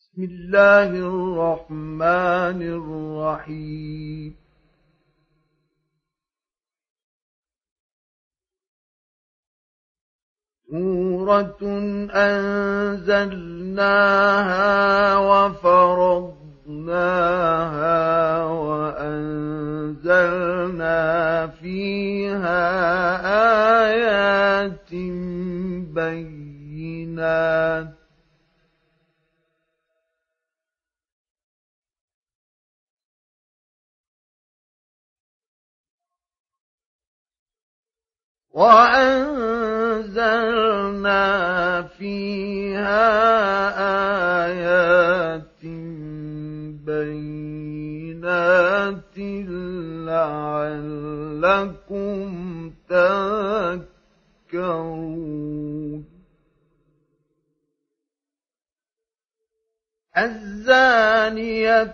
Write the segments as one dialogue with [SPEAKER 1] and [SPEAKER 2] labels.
[SPEAKER 1] بسم الله الرحمن الرحيم سورة أنزلناها وفرضناها وأنزلنا فيها آيات بينات لعلكم تذكرون الزانية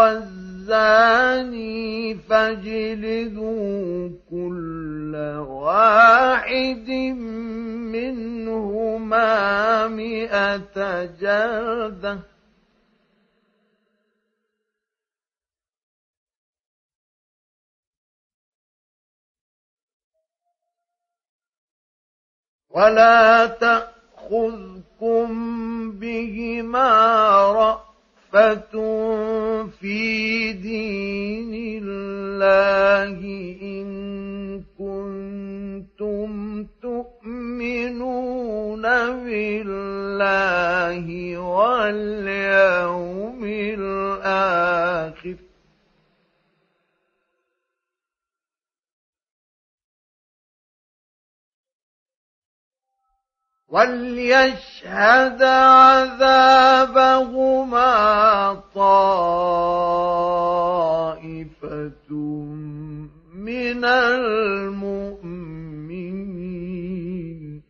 [SPEAKER 1] والزاني فاجلدوا كل واحد منهما 100 جلدة ولا تأخذكم بهما رأفة في دين الله إن كنتم تؤمنون بالله واليوم الآخر وليشهد عذابهما طائفة من المؤمنين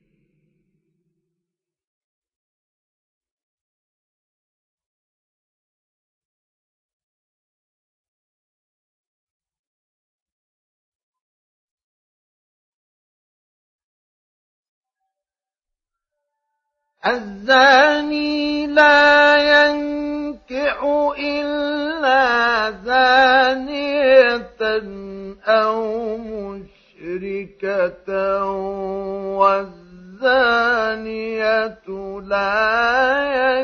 [SPEAKER 1] الزاني لا ينكح إلا زانية أو مشركة والزانية لا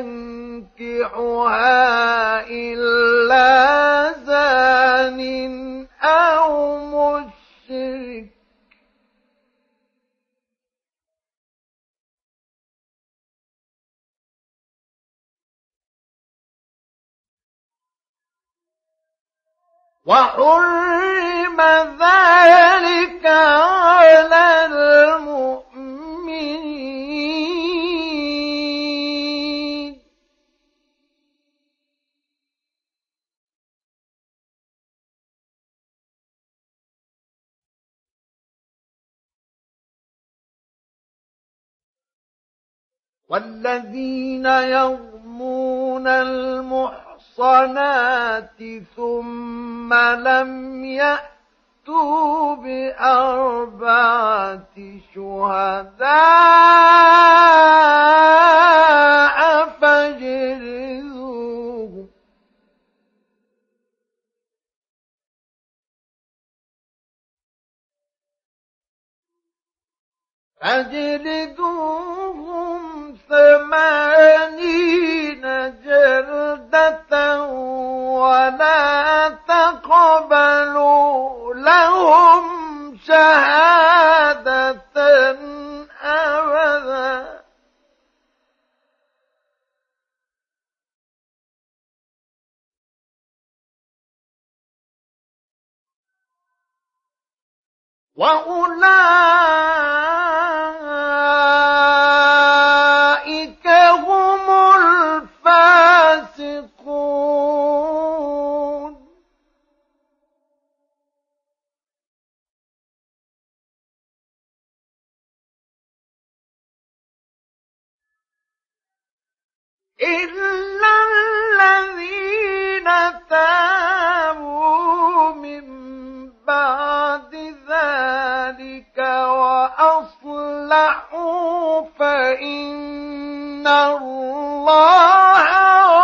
[SPEAKER 1] ينكحها إلا زان أو مشرك وحرم ذلك على المؤمنين والذين يرمون المحصنات ثم لم يأتوا ب4 شهداء فاجلدوهم 80 جلدة ولا تقبلوا لهم شهادة أبدا وأولئك هم الفاسقون إلا الذين تابوا من بعد ذلك وأصلحوا فإن الله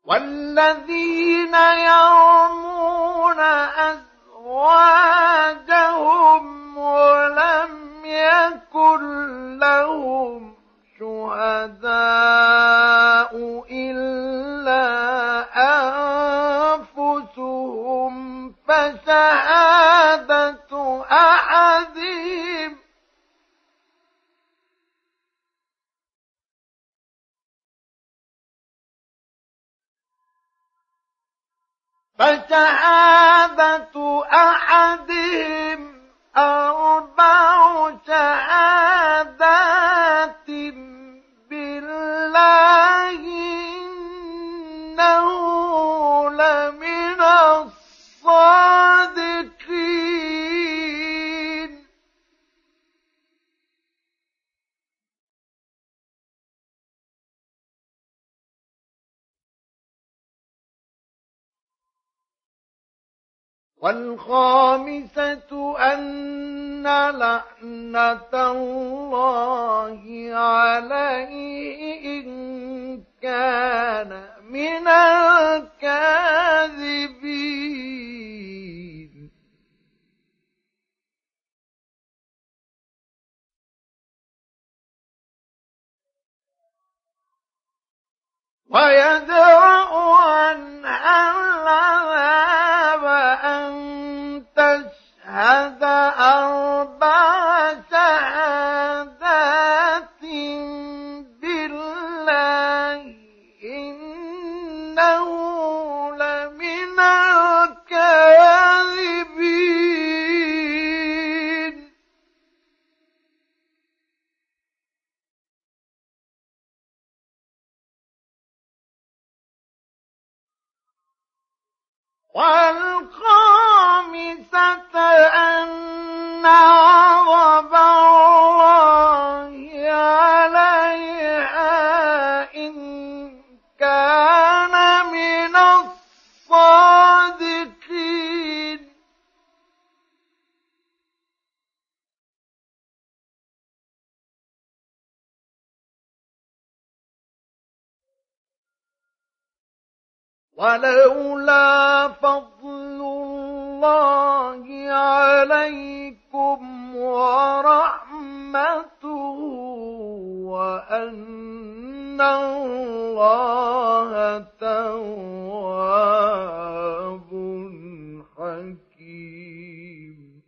[SPEAKER 1] والذين يرمون أزواجهم ولم يكن لهم شهداء إلا أنفسهم فشهادة أحدهم أربع شهادات بالله إنه لمن الصادقين والخامسة أن لعنة الله عليه إن كان من الكاذبين ويدرأ عنها العذاب أن تشهد أربع شهادات بالله إنه لمن الكاذبين والخامسة أن غضب الله عليها إن كان من الصادقين ولولا فضل الله عليكم ورحمته وأن الله تواب حكيم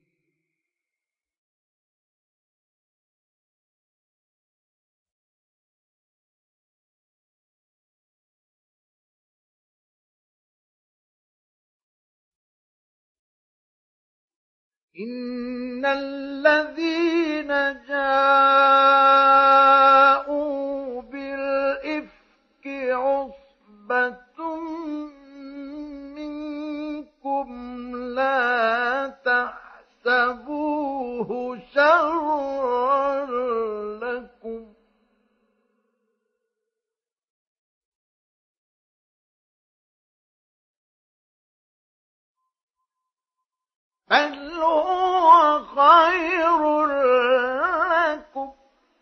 [SPEAKER 1] إن الذين جاءوا بالإفك عصبة منكم لا تحسبوه شرا لكم بل هو خير لكم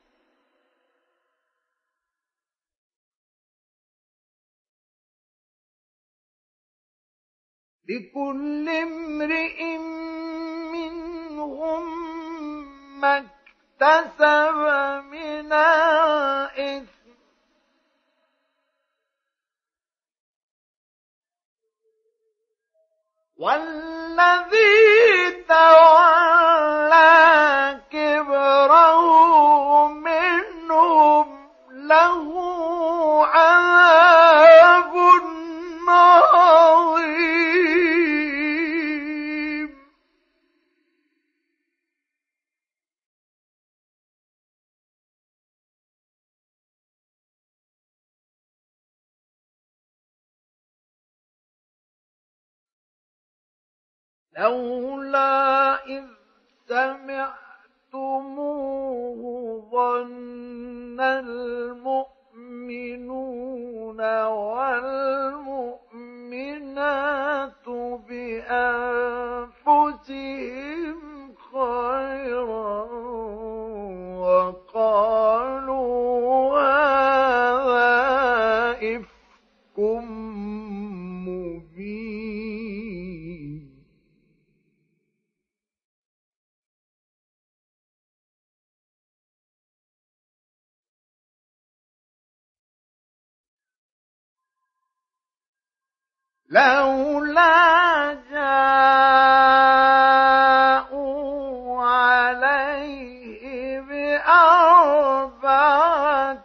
[SPEAKER 1] لكل امرئ منهم ما اكتسب من الإثم والذي تولى كبره منهم له عذاب عظيم لولا إذ سمعتموه ظن المؤمنون والمؤمنات بأنفسهم خيرا وقالوا هذا إفك لولا جاءوا عليه بأربعة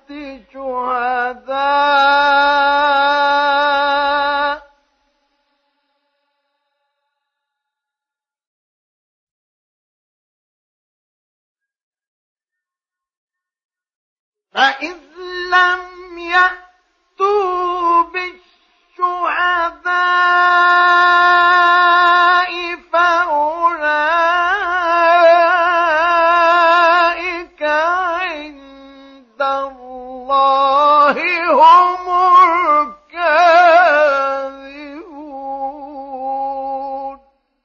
[SPEAKER 1] شهداء فإذ لم يأتوا بالشهداء فأولئك عند الله هم الكاذبون.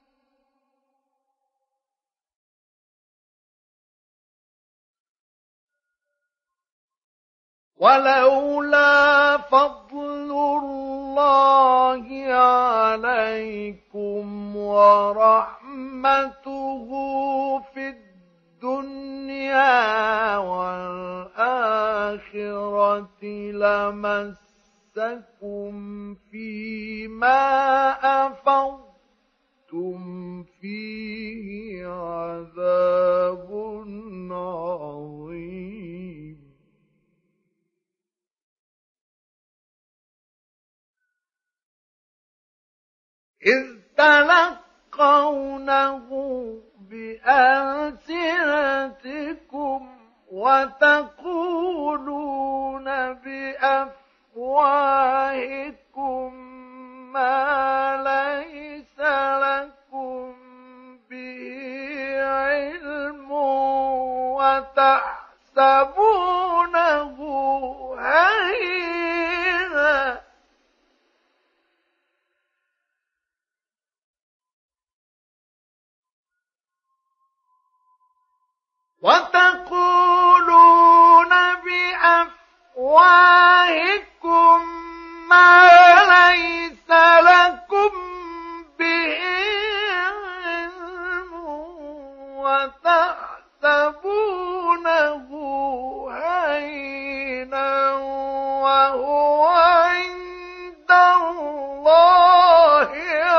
[SPEAKER 1] ولولا فضل الله عليكم ورحمته في الدنيا والآخرة لمسكم فيما أفضتم فيه عذاب عظيم. إذ تلقونه بألسنتكم وتقولون بأفواهكم ما ليس لكم به علم وتحسبونه هينا وتقولون بأفواهكم ما ليس لكم به علم وتحسبونه هينا وهو عند الله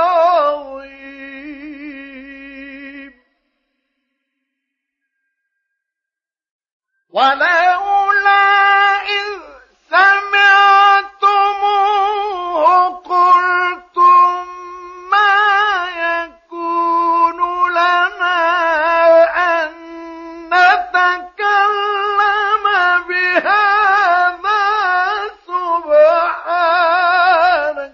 [SPEAKER 1] عظيم. ولولا إذ سمعتموه قلتم ما يكون لنا أن نتكلم بهذا سبحانك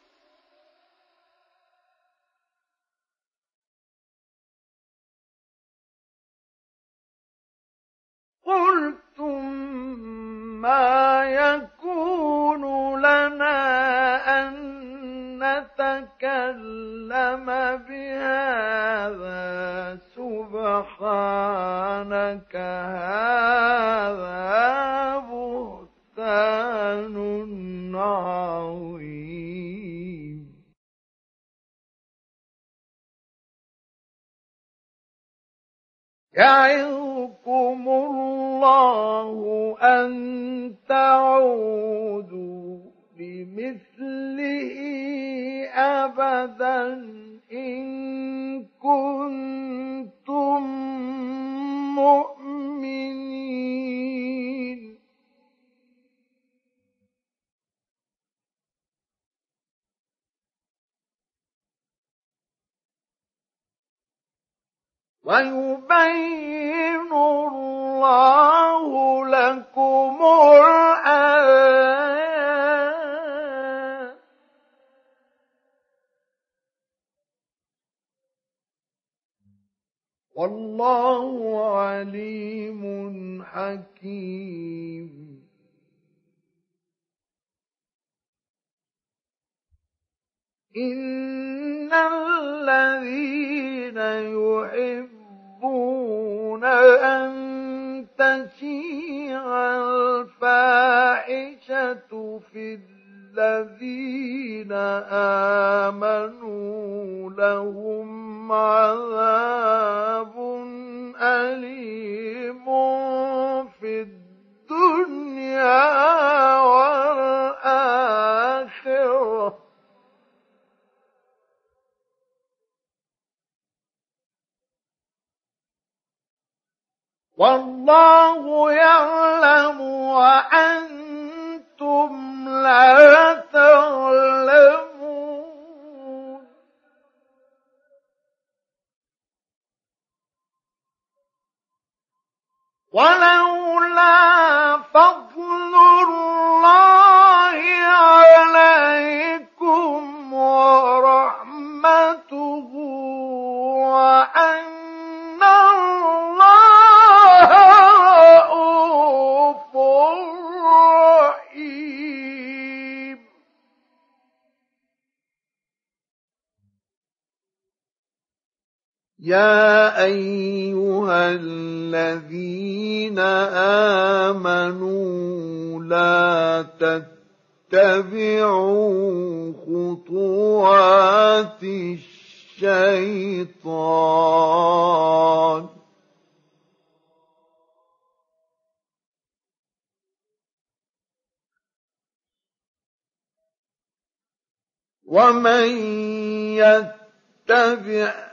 [SPEAKER 1] قلتم ما يكون لنا أن نتكلم بهذا سبحانك هذا بهتان عظيم. يعظكم الله أن تعودوا لمثله أبدا إن كنتم مؤمنين. ويبين الله لكم الآيات والله عليم حكيم. إن الذين يحبون أن تشيع الفاحشة في الذين آمنوا لهم عذاب أليم في الدنيا والآخرة والله يعلم وأنتم لا تعلمون. ولولا فضل الله عليكم ورحمته وأن الله رءوف رحيم. يا أيها الذين آمنوا لا تتبعوا خطوات الشيطان ومن يتبع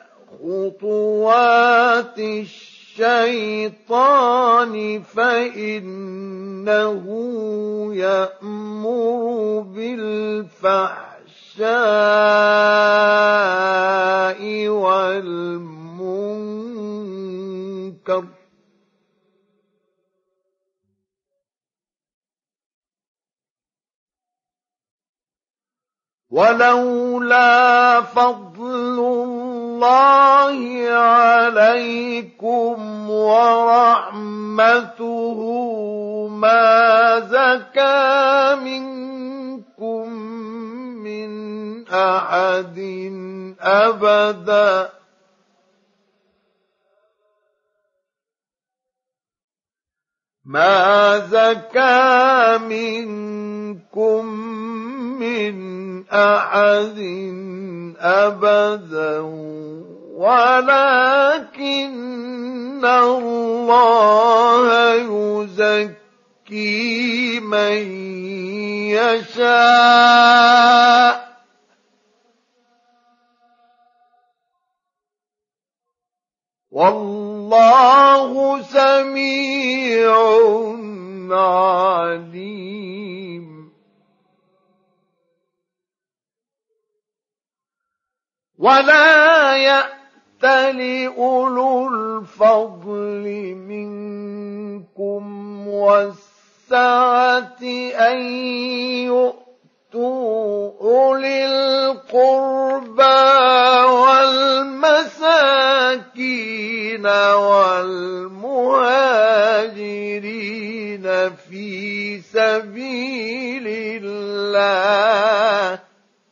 [SPEAKER 1] خطوات الشيطان فإنه يأمر بالفحشاء والمنكر ولولا فضل الله عليكم ورحمته ما زكى منكم من أحد أبدا ما زكى منكم من أحد أبدا ولكن الله يزكي من يشاء والله سميع عليم. ولا يأتل أولو الفضل منكم والسعة أن يؤتوا أولي القربى والمساكين والمهاجرين في سبيل الله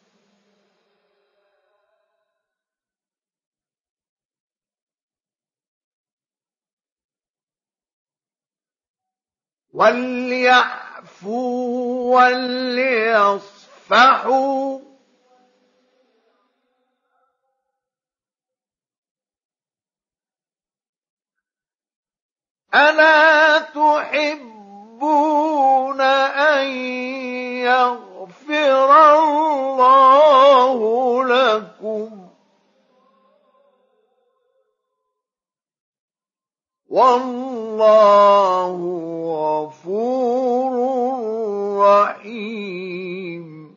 [SPEAKER 1] وليعفوا وليصفحوا ألا تحبون أن يغفر الله لكم والله غفور رحيم.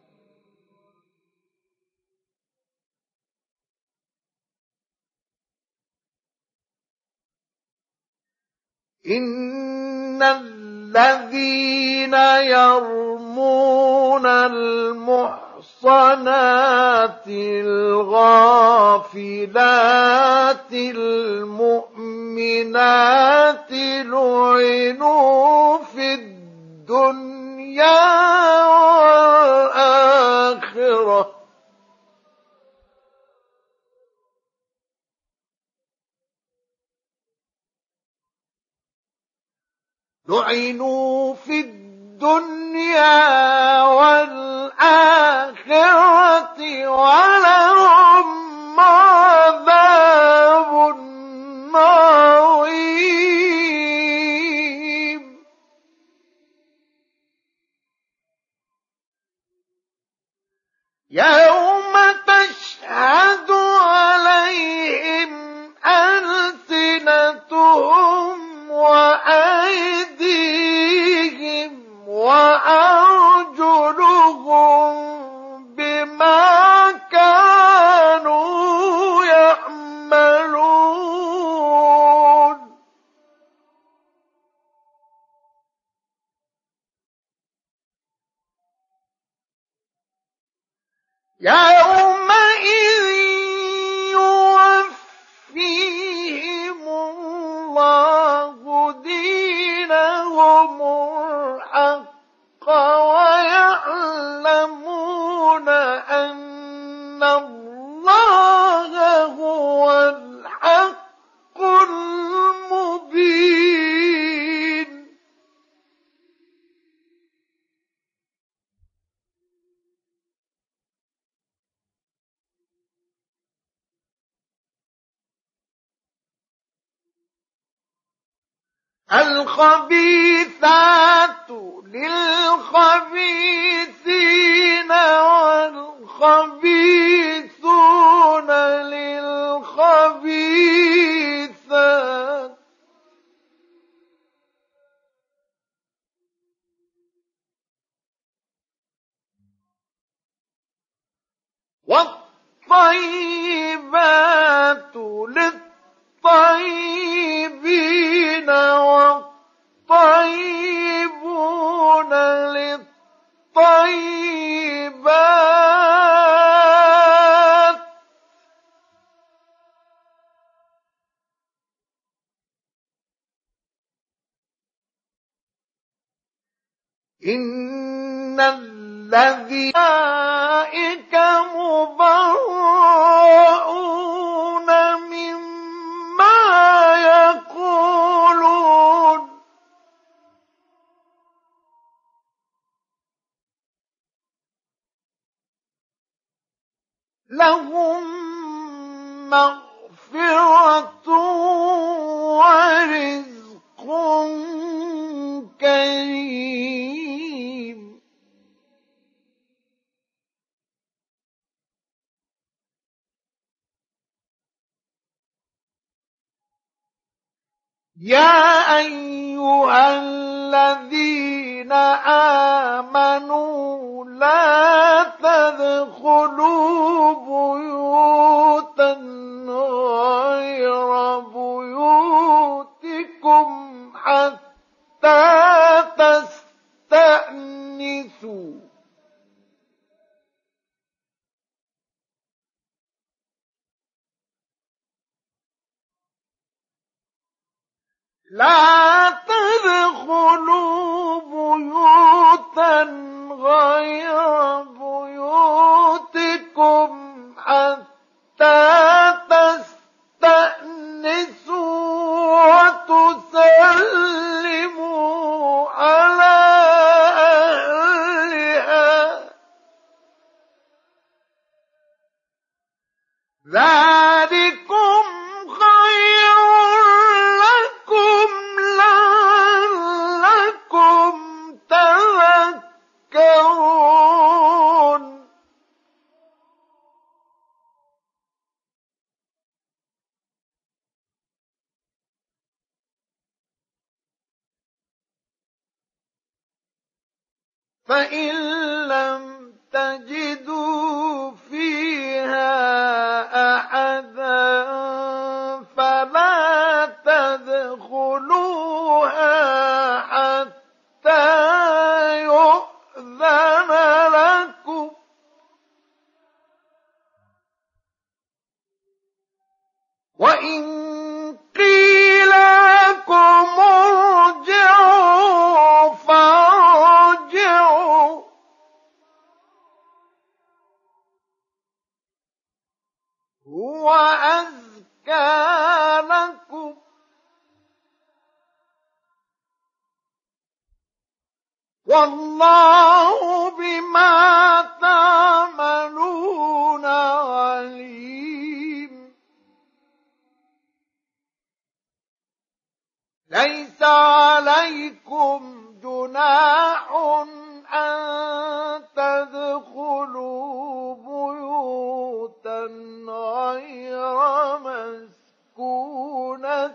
[SPEAKER 1] إن الذين يرمون المحصنات الغافلات المؤمنات لعنوا في الدنيا والآخرة لعنوا في الدنيا والآخرة ولهم عذاب عظيم. يوم تشهد عليهم ألسنتهم يومئذ يوفيهم الله دينهم الحق ويعلمون أن الله هو الحق المبين. الخبيثات للخبيثين والخبيثون للخبيثات والطيبات للطيبين والطيبون للطيبات إن الذين أولئك مبرؤون مما يقولون لهم مغفرة ورزق كريم. يا أيها الذين آمنوا لا تدخلوا بيوتا غير بيوتكم حتى تستأنسوا لا تدخلوا بيوتا غير بيوتكم حتى تستأنسوا وتسلموا على أهلها ذلكم خير لكم لعلكم تذكرون. فإن لم تجدوا فيها أحدا فلا تدخلوها حتى يؤذن لكم وإن قيل لكم ارجعوا فارجعوا هو أزكى لكم والله بما تعملون عليم. ليس عليكم جناح أن تدخلوا بيوتا غير مسكونة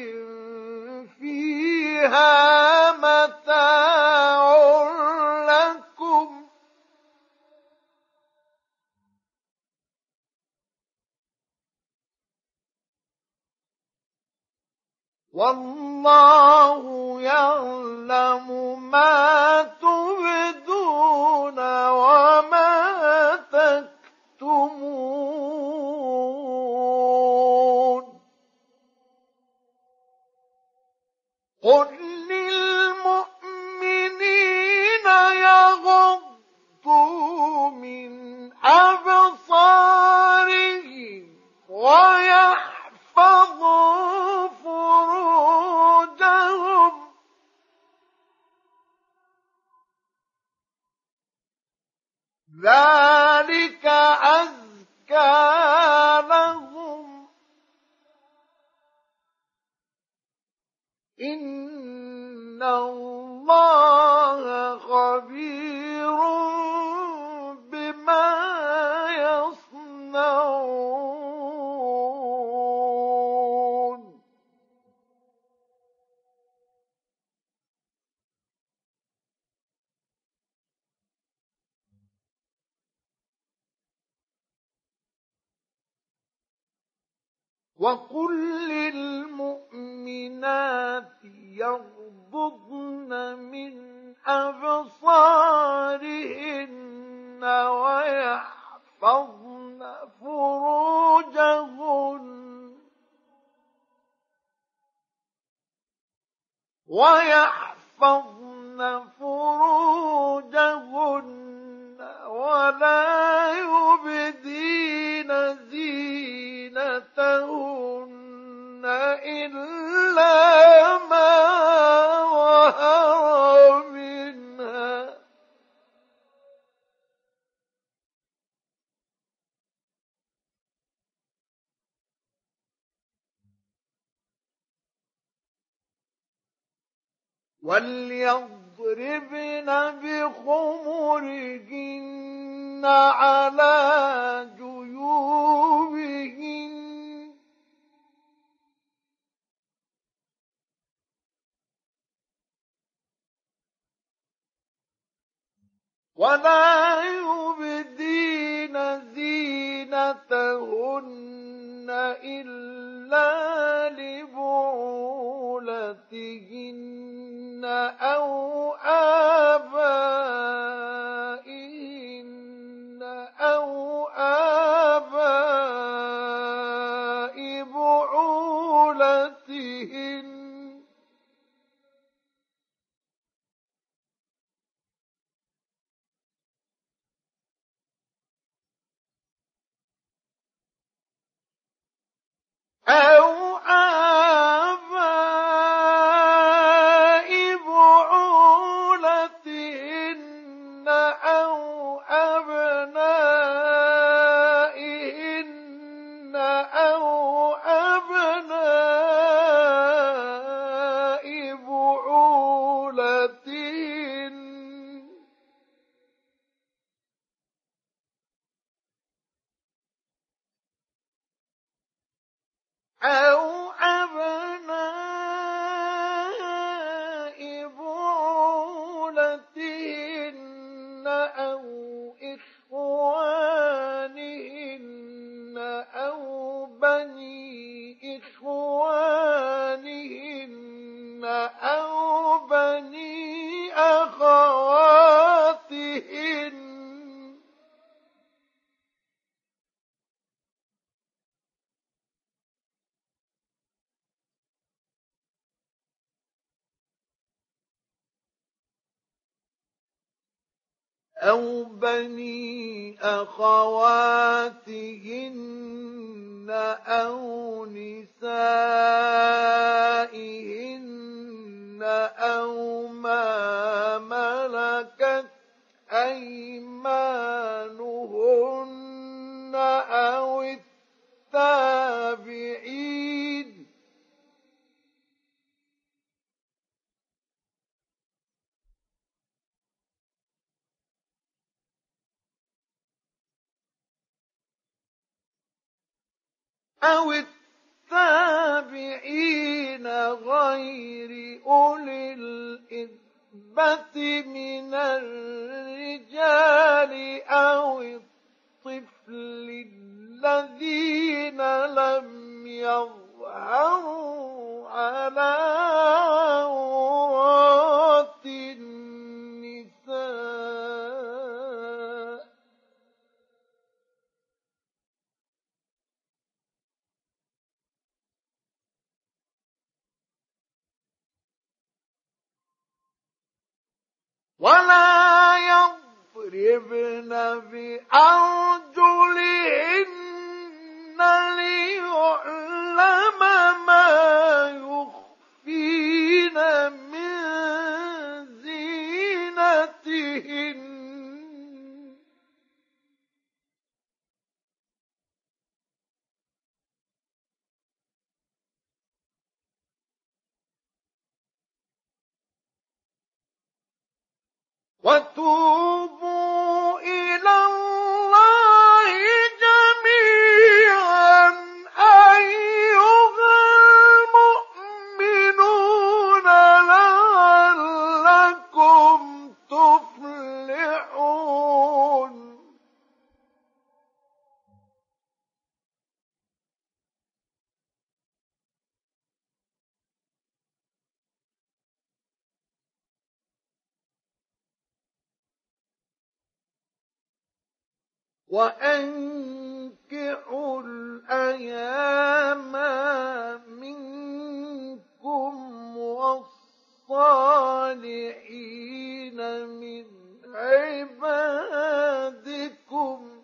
[SPEAKER 1] فيها متاع لكم والله يعلم ما تبدون وما تكتمون. قل للمؤمنين يغضوا من أبصارهم ويحفظوا فروجهم ذلك أزكى لهم إن الله خبير بما يصنعون وقل للمؤمنات يغضضن من أبصارهن ويحفظن فروجهن ولا يبدين زينتهن إلا ما ظهر منها وليضربن بخمرهن على جيوبهن ولا يبدين زينتهن إلا لبعولتهن أو آبائهن أو آباء بعولتهن أو آباء بعولتهن أو أبنائهن أو أبناء بعولتهن أو أبناء بعولتهن أو إخوانهن أو بني إخوانهن أو بني أخواتهن أو بني أخواتهن أو نسائهن أو ما ملكت أيمانهن أو التابعين غير أولي الإربة من الرجال أو الطفل الذين لم يظهروا على عورات النساء ولا يضربن بأرجلهن ليعلم ما يخفين من زينتهن. وتوبوا إلى الله جميعا أيها المؤمنون لعلكم تفلحون. وأنكحوا الأيام منكم والصالحين من عبادكم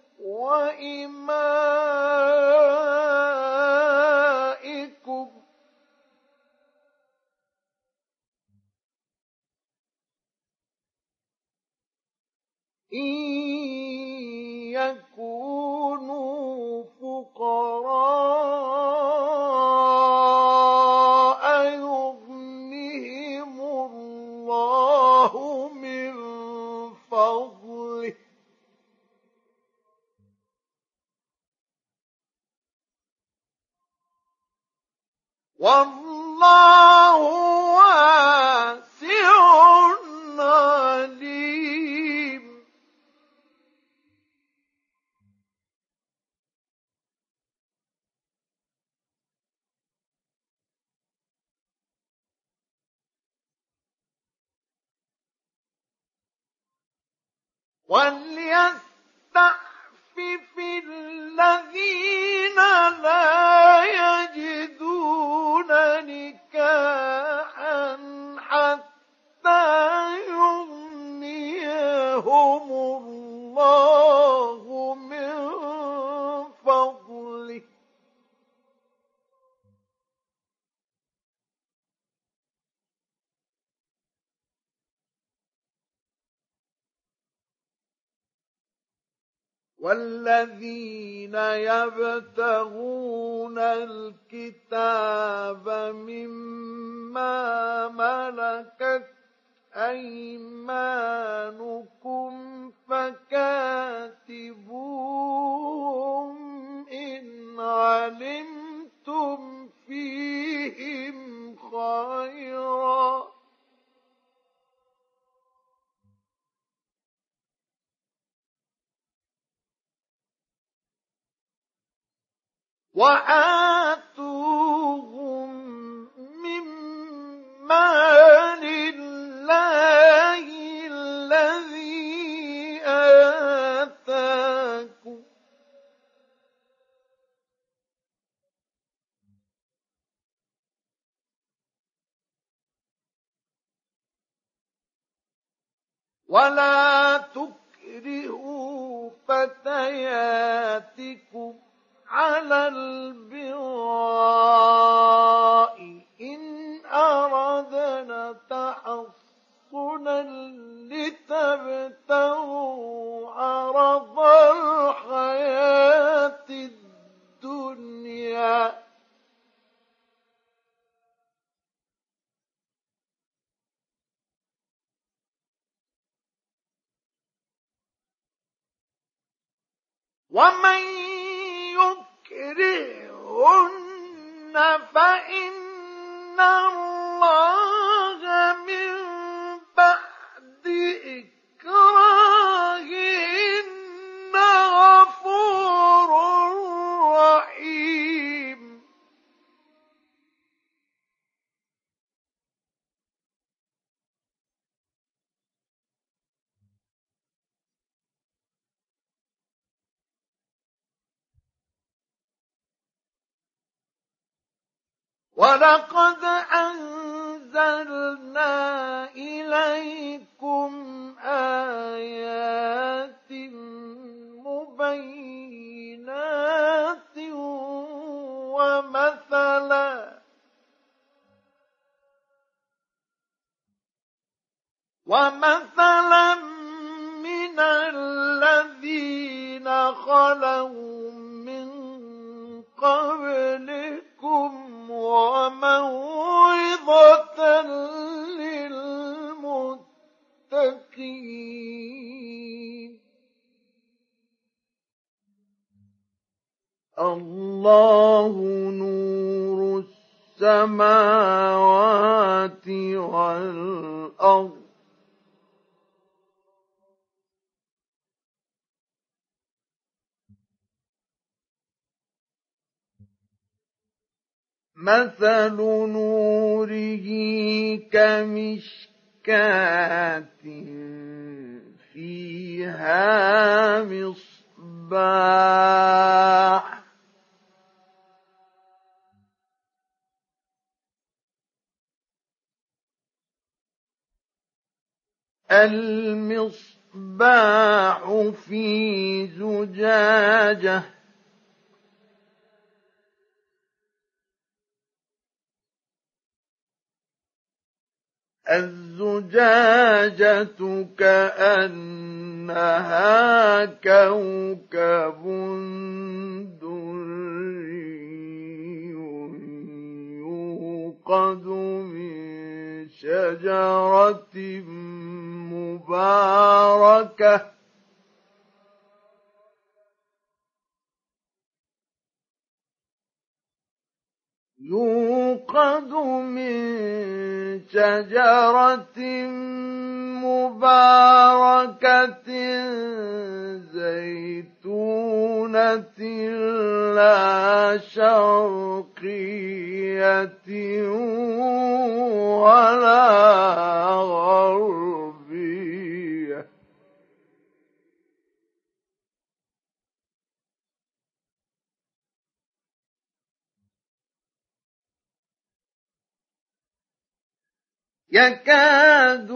[SPEAKER 1] وإمائكم إن يكونوا فقراء يغنهم الله من فضله والله واسع عليم. وليستعفف الذين لا يجدون نكاحا حتى يغنيهم الله من فضله والذين يبتغون الكتاب مما ملكت أيمانكم فكاتبوهم إن علمتم فيهم خيرا وآتوهم من مال الله الذي آتاكم ولا تكرهوا فتياتكم على البغاء إن أردنا تحصنا لتبتغوا عرض الحياة الدنيا ومن يكرهن فإن الله من بعد إكراههن غفور رحيم. ولقد أنزلنا إليكم ومثلا من الذين خلوا من قبلكم وموعظة للمتقين الله نور السماوات والأرض مثل نوره كمشكاة فيها مصباح المصباح في زجاجة الزجاجة كأنها كوكب دري يوقد من شجرة مباركة يوقد من شجرة مباركة زيتونة لا شرقية ولا غربية يكاد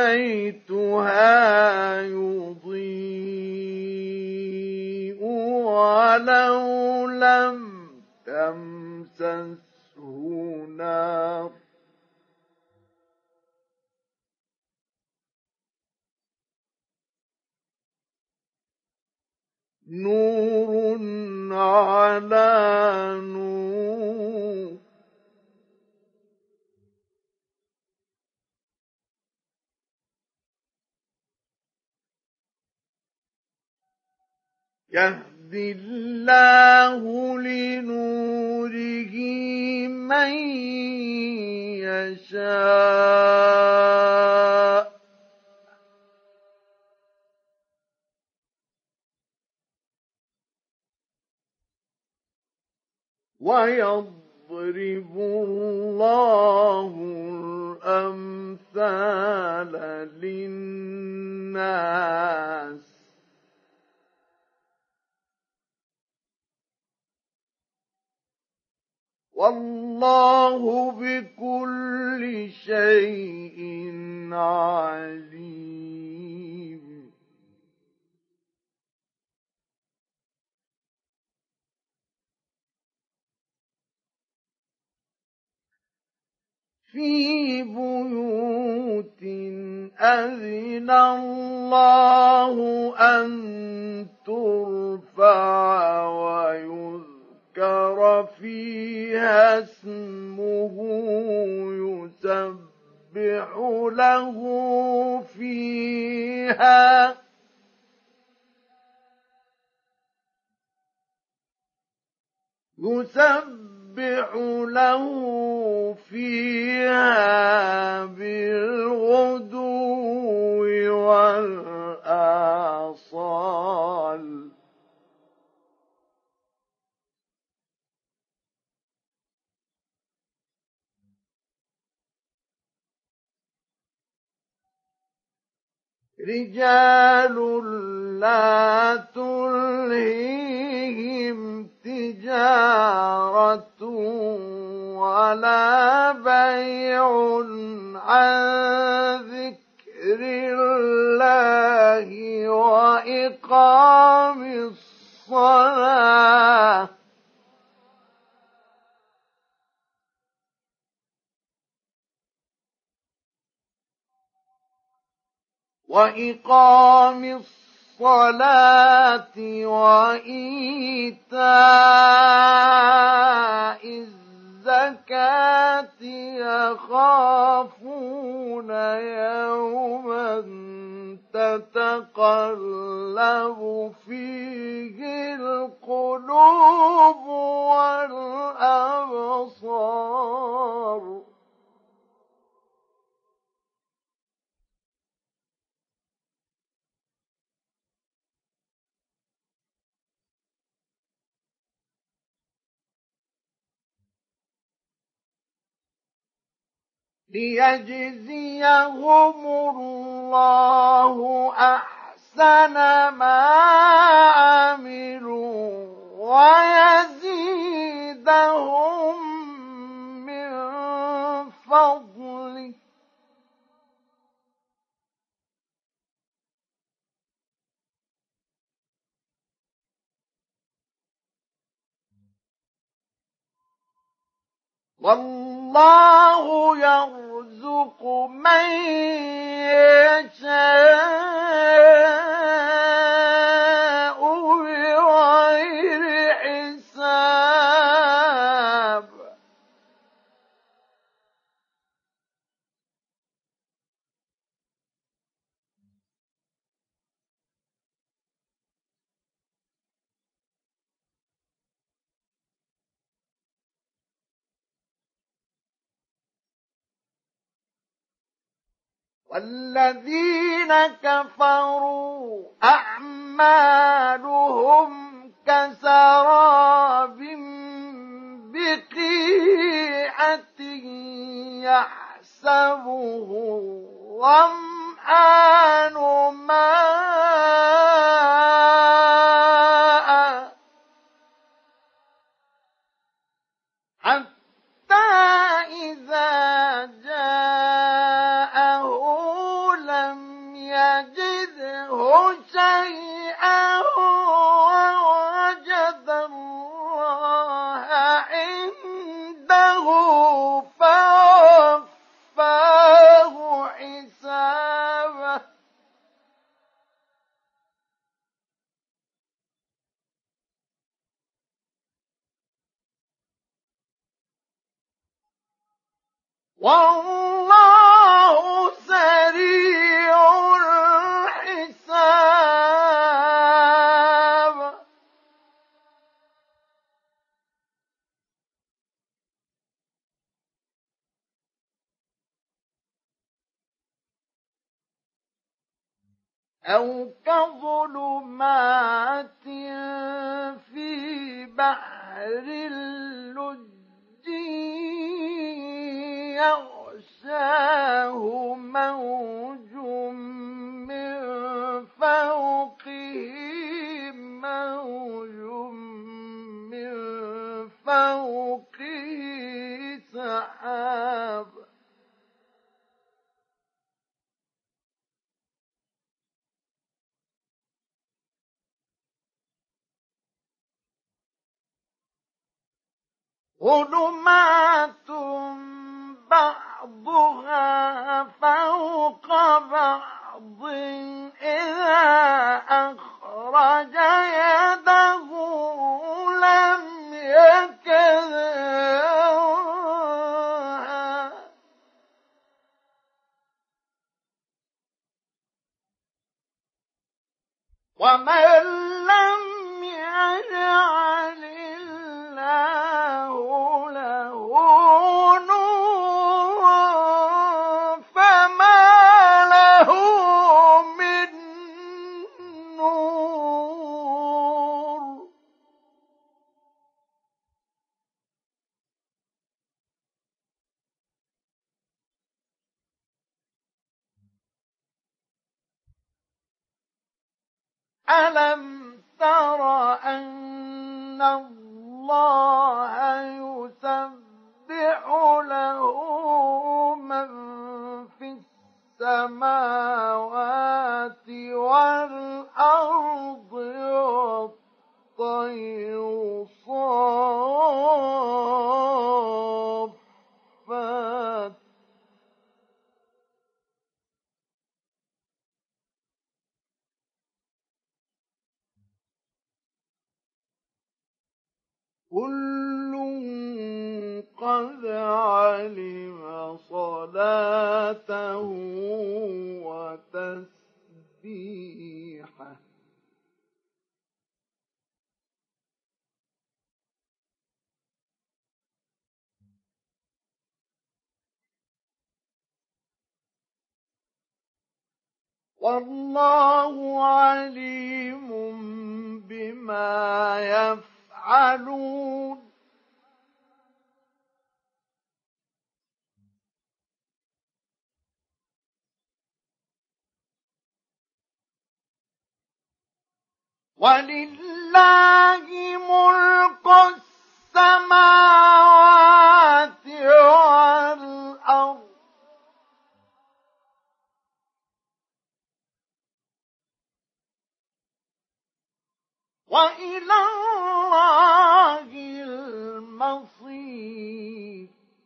[SPEAKER 1] زيتها يضيء ولو لم تمسسه نار نور على نور يهدي الله لنوره من يشاء ويضرب الله الأمثال للناس والله بكل شيء عليم في بيوت أذن الله أن ترفع ويذكر فيها اسمه يسبح له فيها بالغدو والآصال رجال لا تلهيهم تجارة ولا بيع عن ذكر الله وإقام الصلاة وإقام الصلاة وإيتاء الزكاة يخافون يوما تتقلب فيه القلوب والأبصار ليجزيهم الله أحسن ما عملوا ويزيدهم من فضله والله يرزق من يشاء بغير حساب والذين كفروا أعمالهم كسراب بقيعة يحسبه الظمآن ماء حتى إذا جاءه لم يجده شيئا ووجد الله عنده فوفاه حسابه والله سريع الحساب أو كظلمات في بحر اللج يغشاه موج من فوقه موج من فوقه سحاب ظلمات بعضها فوق بعض إذا أخرج يده لم يكدها ومن لم يجعل الله له نورا فما له من نور ألم تر أن الله يسبح له من في السماوات والأرض والطير صافات كل قد علم صلاته وتسبيحه والله عليم بما يفعلون ولله ملك السماوات والأرض وإلى الله المصير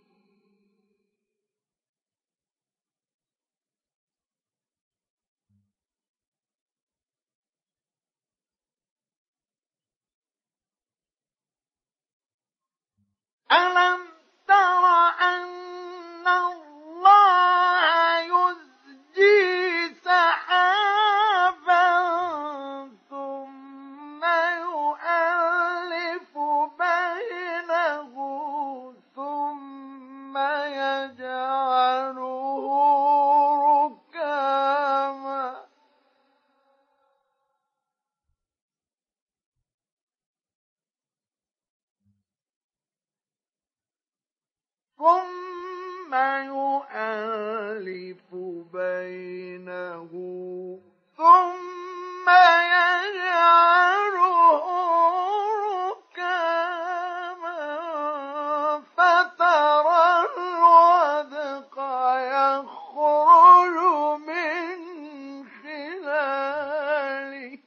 [SPEAKER 1] ألم تر أن الله يزجي سحابا ثم يؤلف بينه ثم يجعله ركاما ثم يؤلف بينه ثم يجعله ركاما فترى الودق يخرج من خلاله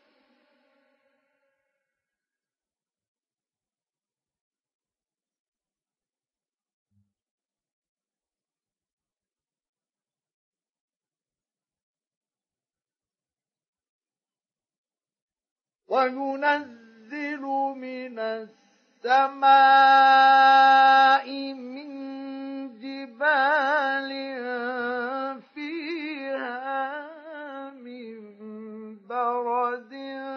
[SPEAKER 1] وينزل من السماء من جبال فيها من برد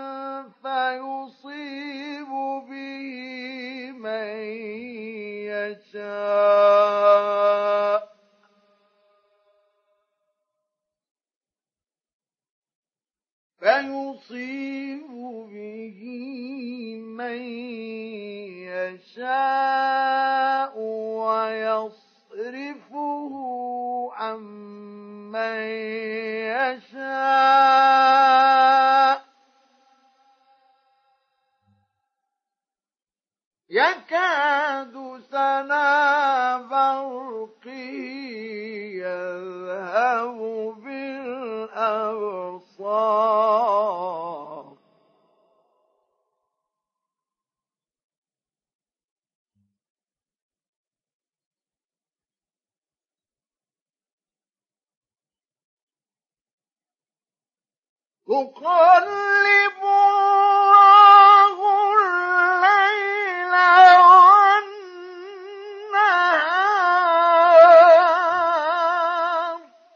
[SPEAKER 1] فيصيب به من يشاء ويصرفه عن من يشاء يكاد سنا برقه يذهب بالأبصار يقلب الله الليل والنهار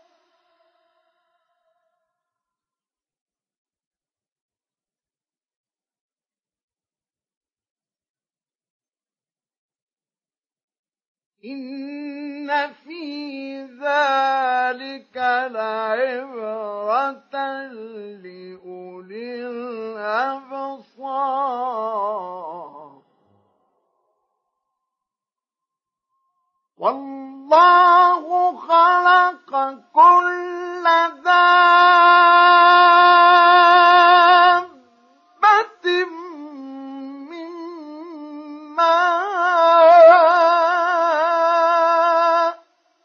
[SPEAKER 1] إن في ذلك لعبرة لأولي الأبصار والله خلق كل دابة من ماء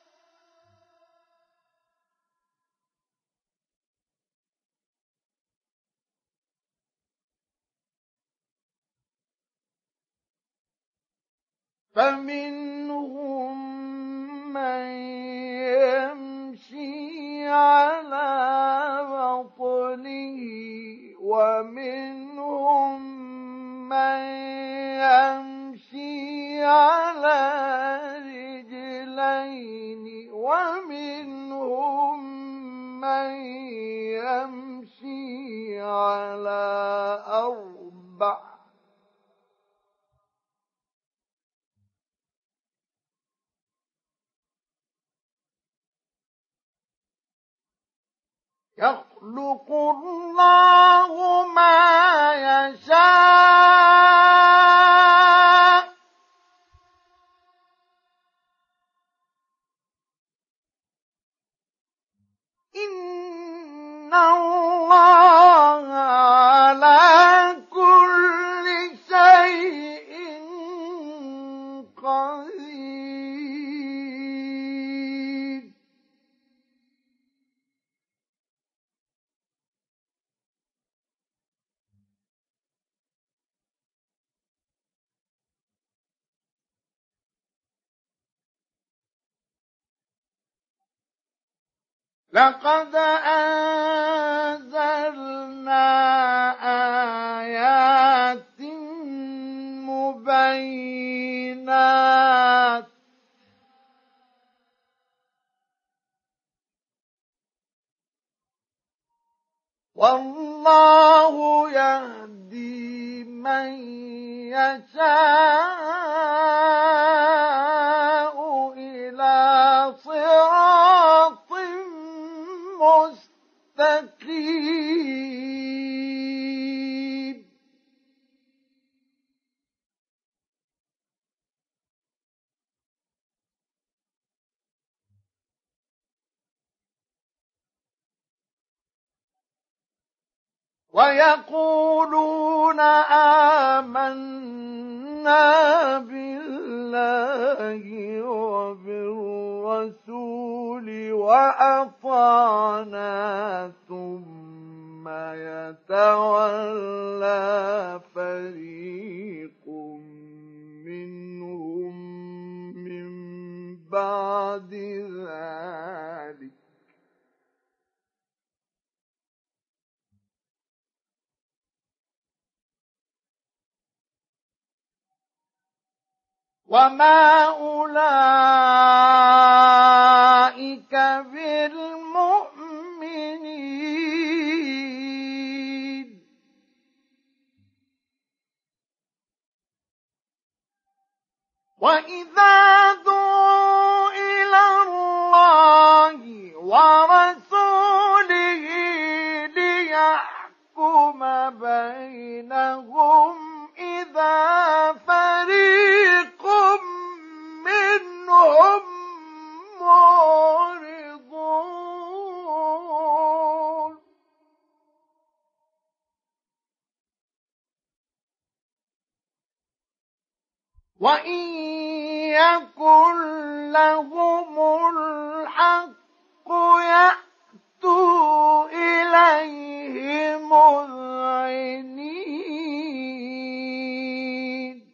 [SPEAKER 1] فمنهم من يمشي على بطنه ومنهم من يمشي يخلق الله ما يشاء إن الله على كل شيء قدير. لقد أنزلنا آيات مبينات والله يهدي من يشاء إلى صراط مستقيم. ويقولون آمنا بالله وبالرسول وأطعنا ثم يتولى فريق منهم من بعد ذلك وما أولئك بالمؤمنين. وإذا دعوا إلى الله ورسوله ليحكم بينهم إذا فريق منهم معرضون. وإن يكن لهم الحق يأتوا إليه مذعنين.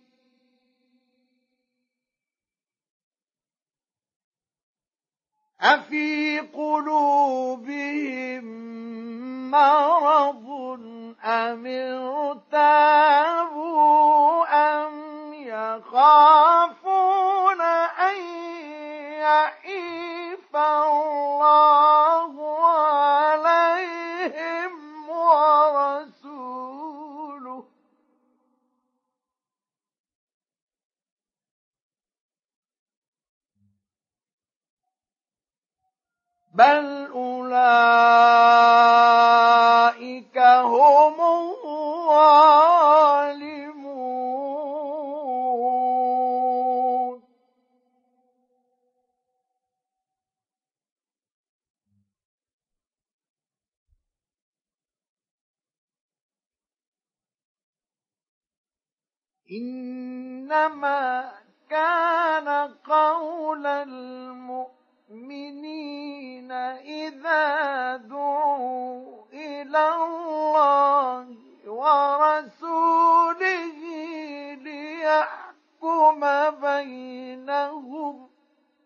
[SPEAKER 1] أفي قلوبهم مرض أم ارتابوا أم يخافون أن يحيف الله عليهم ورسوله بل أولئك هم الظالمون. إنما كان قول المؤمنين إذا دعوا إلى الله ورسوله ليحكم بينهم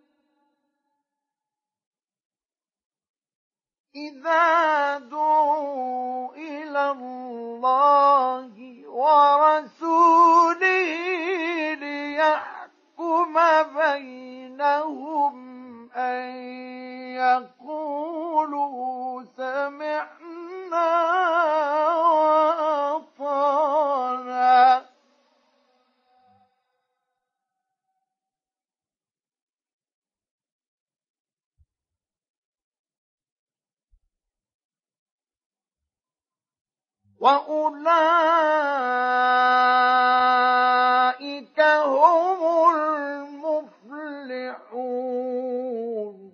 [SPEAKER 1] إذا دعوا إلى الله ورسوله ليحكم بينهم أن يقولوا سمعنا وأطعنا وأولئك هم المفلحون.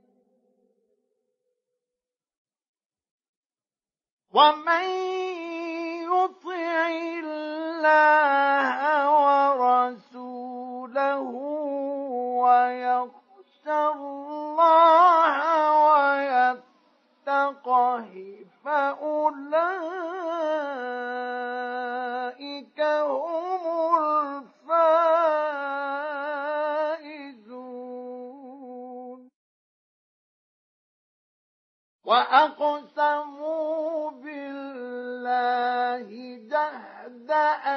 [SPEAKER 1] ومن يطع الله ورسوله ويخش الله ويتقه فأولئك هم الفائزون. وأقسموا بالله جهد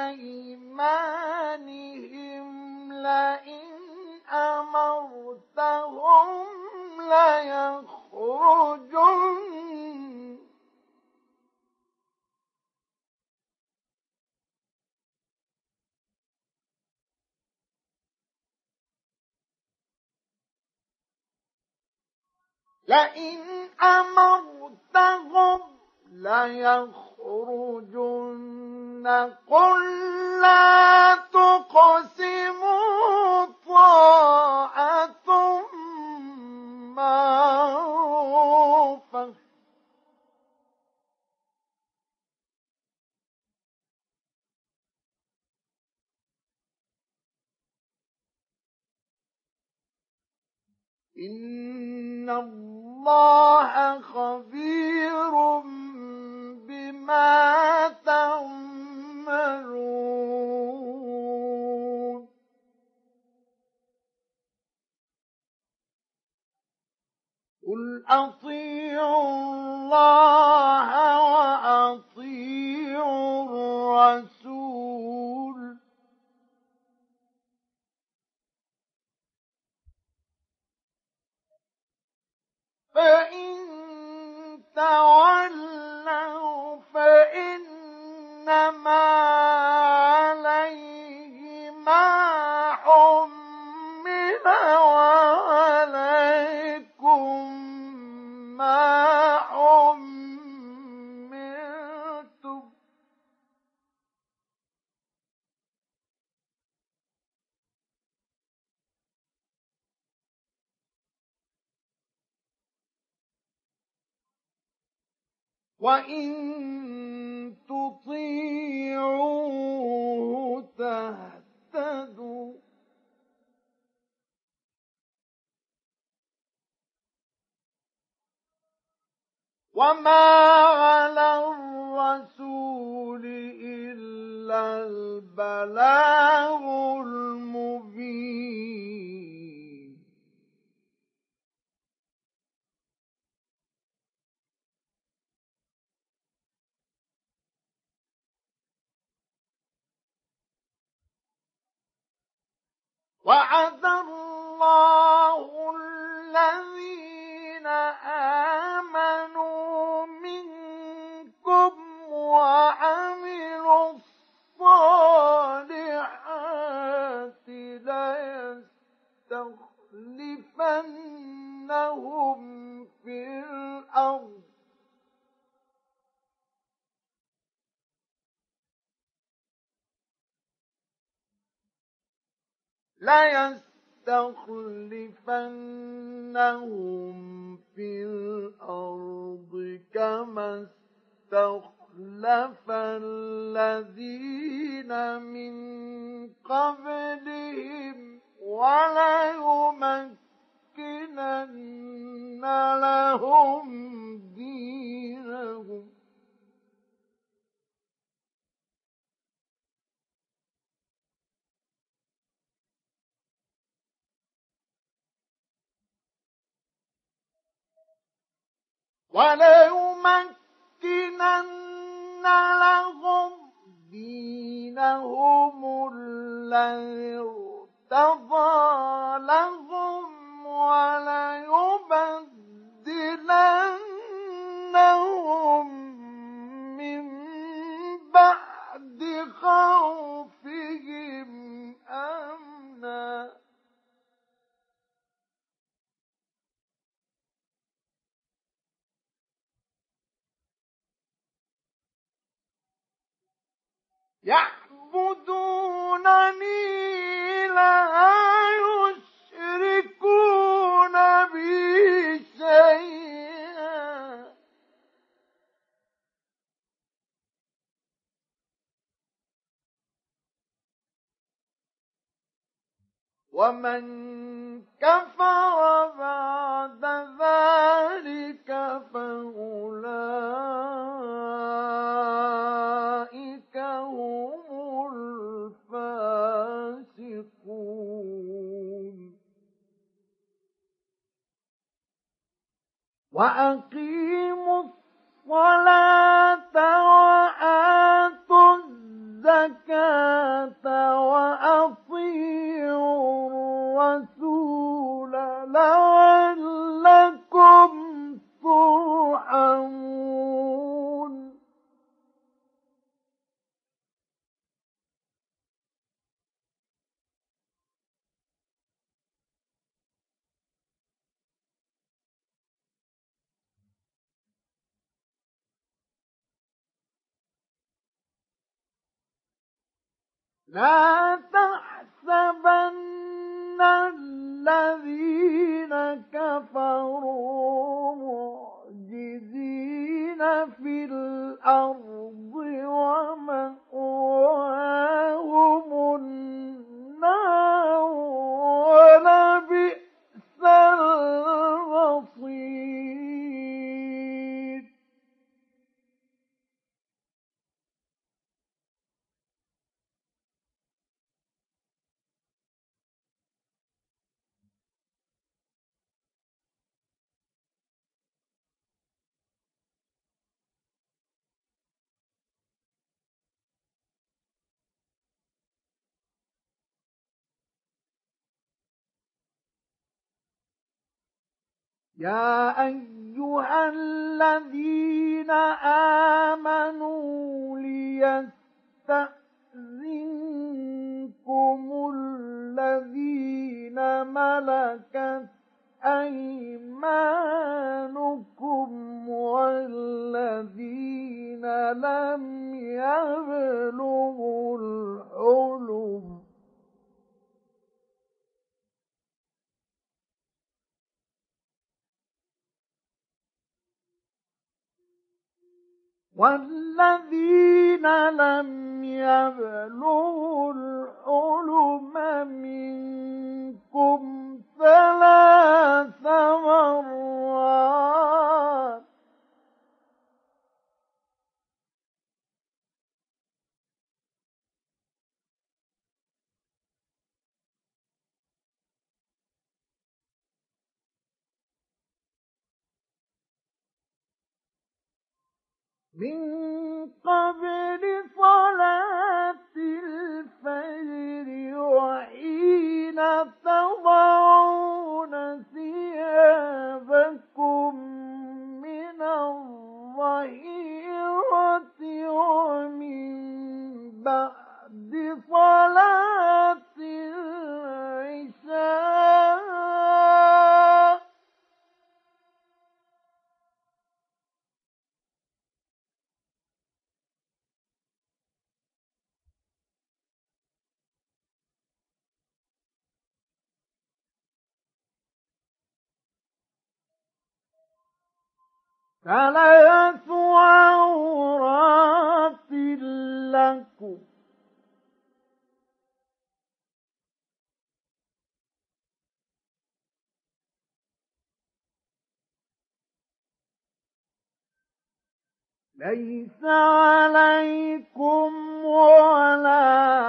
[SPEAKER 1] أيمانهم لئن أمرتهم ليخرجن. لئن أمرتهم ليخرجن. قل لا تقسموا طاعة معروفة. إن الله خبير بما تعملون. قل أطيعوا الله وأطيعوا الرسول. فإن تولوا فإنما عليه ما حمل وعليكم ما حملتم. وإن تطيعوه تهتدوا. وما على الرسول إلا البلاغ المبين. وعد الله الذين آمنوا منكم وعملوا الصالحات ليستخلفنهم في الأرض كما استخلف الذين من قبلهم وليمكنن لهم دينهم الذي ارتضى لهم وليبدلنهم من بعد خوفهم أمنا يعبدونني لا يشركون بي شيئا ومن كفر بعد ذلك فأولئك هم الفاسقون وأقيموا الصلاة وآتوا الزكاة وأطيعوا الرسول لعلكم ترحمون لا تحسبن الذين كفروا معجزين في الأرض ومأواهم النار ولبئس المصير يا أيها الذين آمنوا ليستأذنكم الذين ملكت أيمانكم والذين لم يبلغوا الحلم منكم 3 مرات من قبل صلاة الفجر وحين تضعون ثيابكم من الظهيرة ومن بعد صلاة العشاء ثلاث عورات لكم ليس عليكم ولا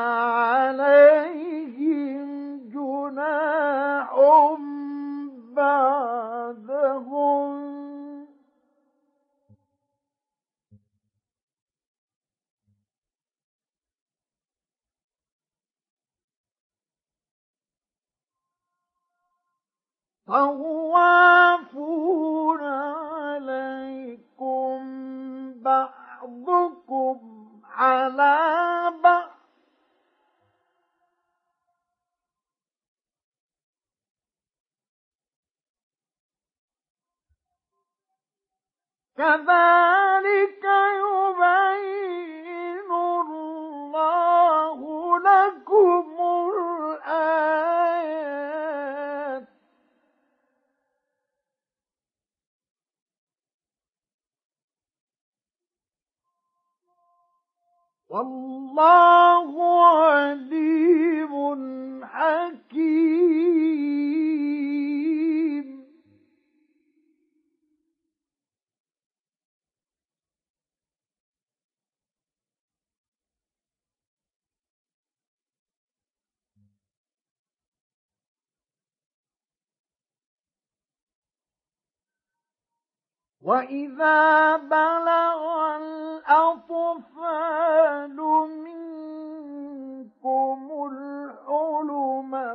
[SPEAKER 1] عليهم جناح بعدهم طوافون عليكم بعضكم على بعض كذلك يبين الله والله عليم حكيم. وإذا بلغ الأطفال منكم الحلم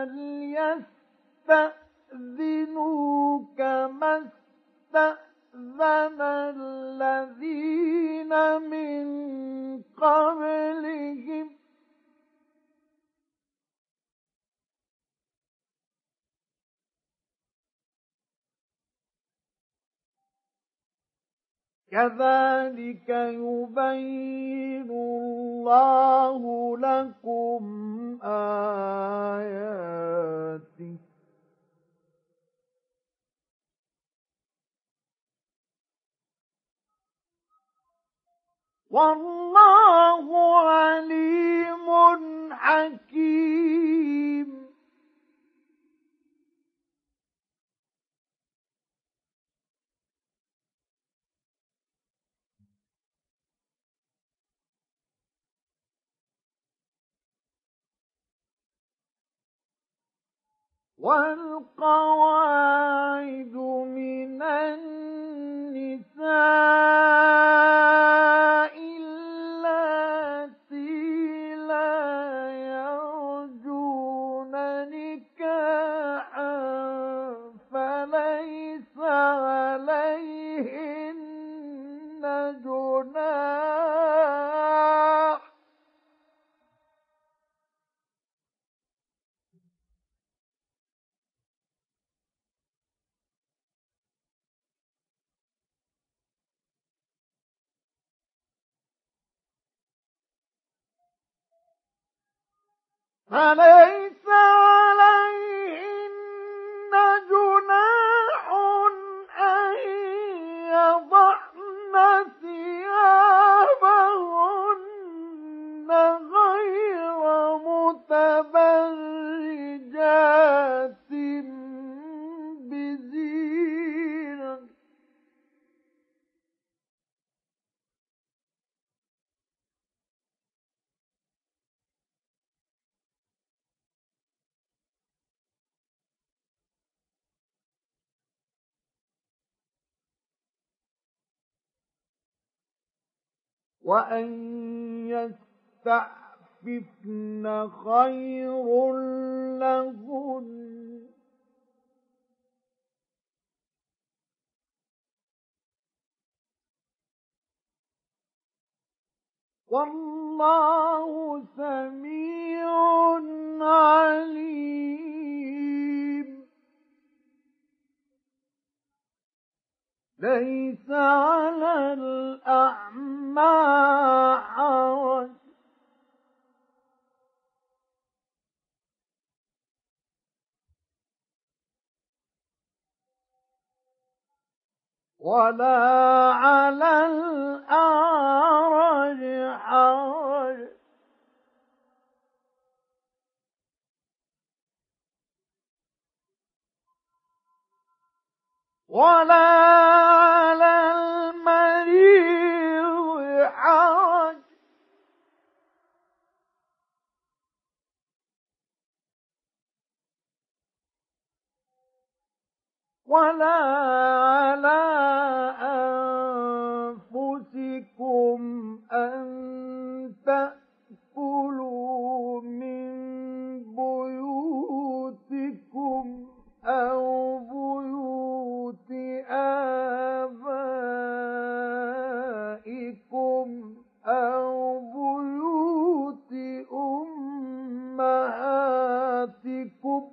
[SPEAKER 1] فليستأذنوا كما استأذن الذين من قبلهم كذلك يبين الله لكم آياته والله عليم حكيم. والقواعد من النساء اللاتي لا يرجون نكاحا فليس عليهن جناح فليس عليهن جناح أن يضعن ثيابهن غير متبرجات بزينة وأن يستعففن خير لهن والله سميع عليم. ليس على الأعمى حرج ولا على الأعرج حرج ولا على المريض حرج ولا على أنفسكم أن تأكلوا من بيوتكم أو بيوت آبائكم أو بيوت أمهاتكم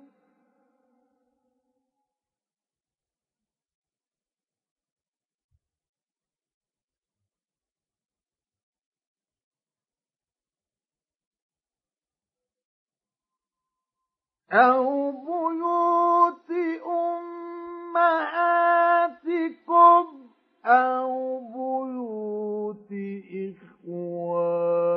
[SPEAKER 1] أو بيوت أمهاتكم أو بيوت إخوانكم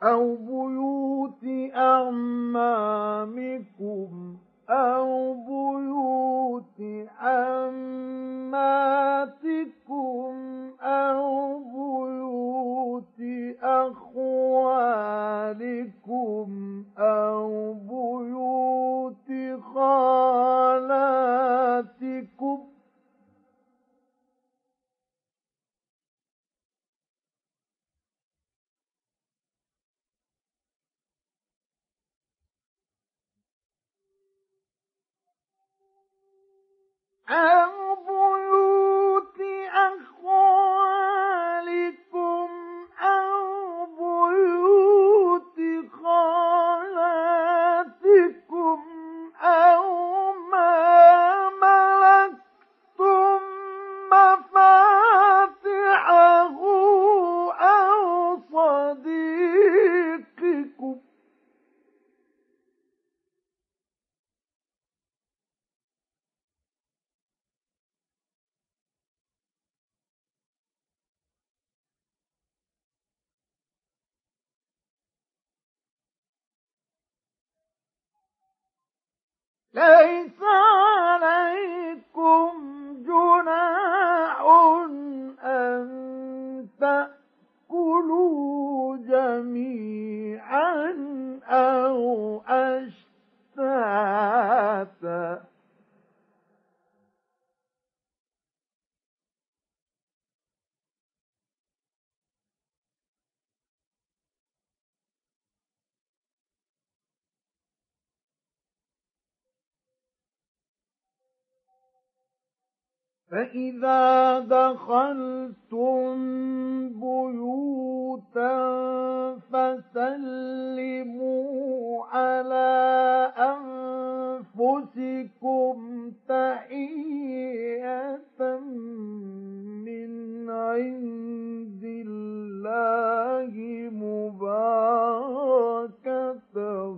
[SPEAKER 1] أو بيوت أعمامكم أو بيوت عماتكم أو بيوت أخوالكم أو بيوت خالاتكم أو بيوت أخوالكم أو بيوت خالاتكم أو ما ملكتم مفاتحه أو صديقكم ليس عليكم جناح أن تأكلوا جميعا أو أشتاتا فإذا دخلتم بيوتا فسلموا على أنفسكم تحية من عند الله مباركة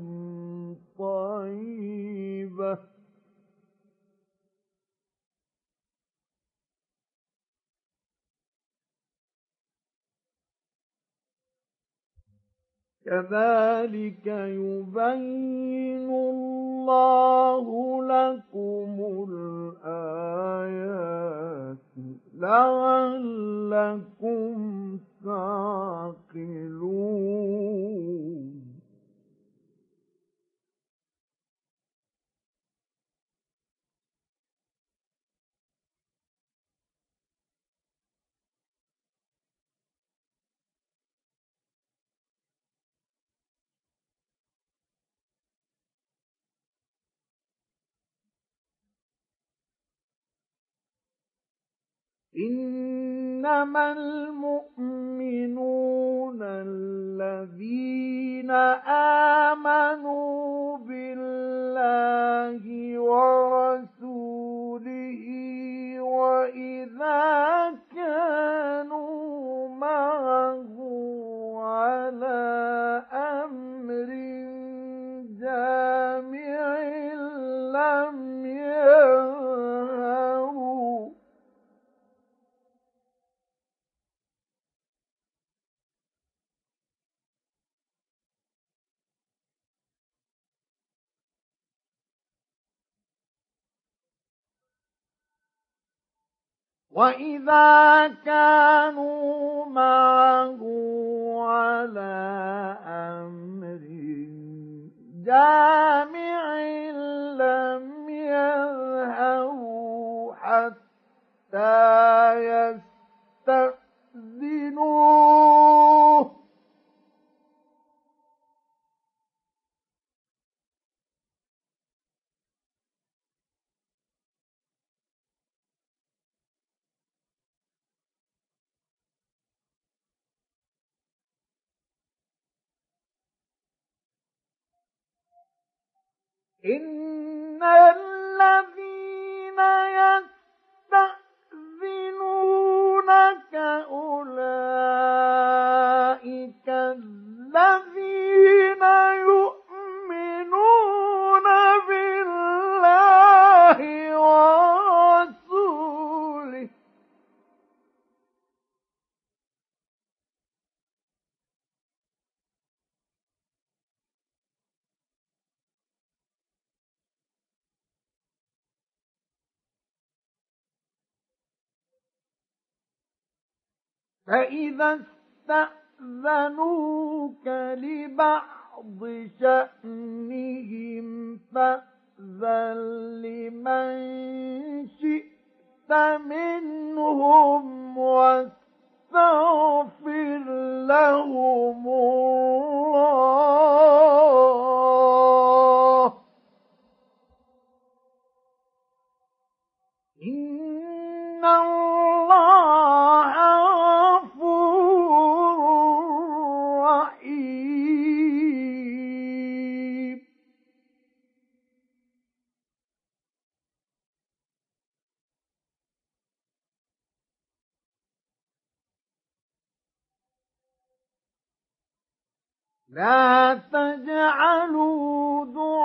[SPEAKER 1] طيبة كذلك يبين الله لكم الآيات لعلكم تعقلون إنما المؤمنون الذين آمنوا بالله ورسوله وإذا كانوا معه على أمر جامع لم ينهوا وإذا كانوا معه على أمر جامع لم يذهبوا حتى يستأذنوه إن الذين يستأذنونك أولئك الذين يؤمنون بالله ورسوله فإذا استأذنوك لبعض شأنهم فأذن لمن شئت منهم واستغفر لهم الله إن الله غفور رحيم. لا تجعلوا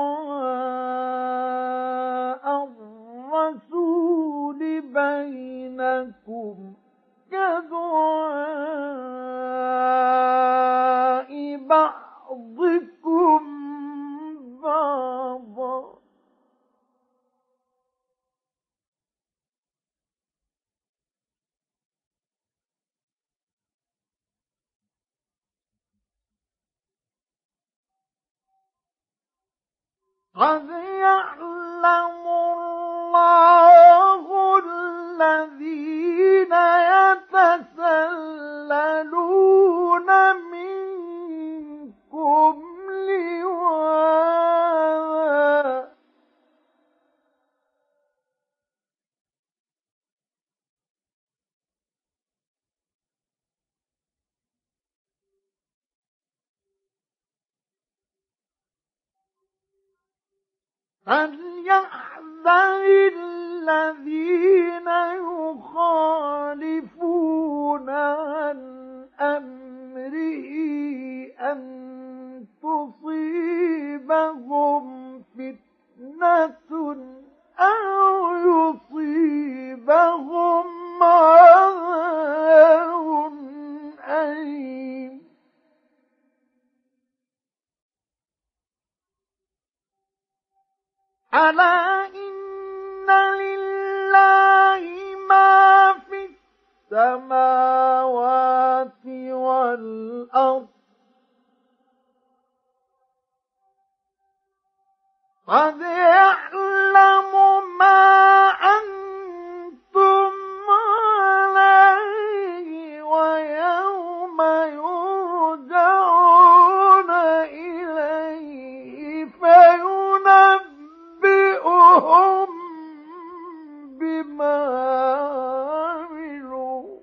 [SPEAKER 1] دعاء الرسول بينكم كدعاء بعضكم بعضا قد يعلم الله الذين يتسللون منكم لواذا فليحذر الذين يخالفون عن أمره أن تصيبهم فتنة أو يصيبهم عذاب أليم. ألا إن لله ما في السماوات والأرض قد يعلم ما أنتم عليه ويوم يرجعون إليه فينبئهم بما عملوا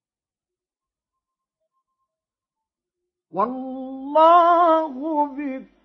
[SPEAKER 1] والله بكل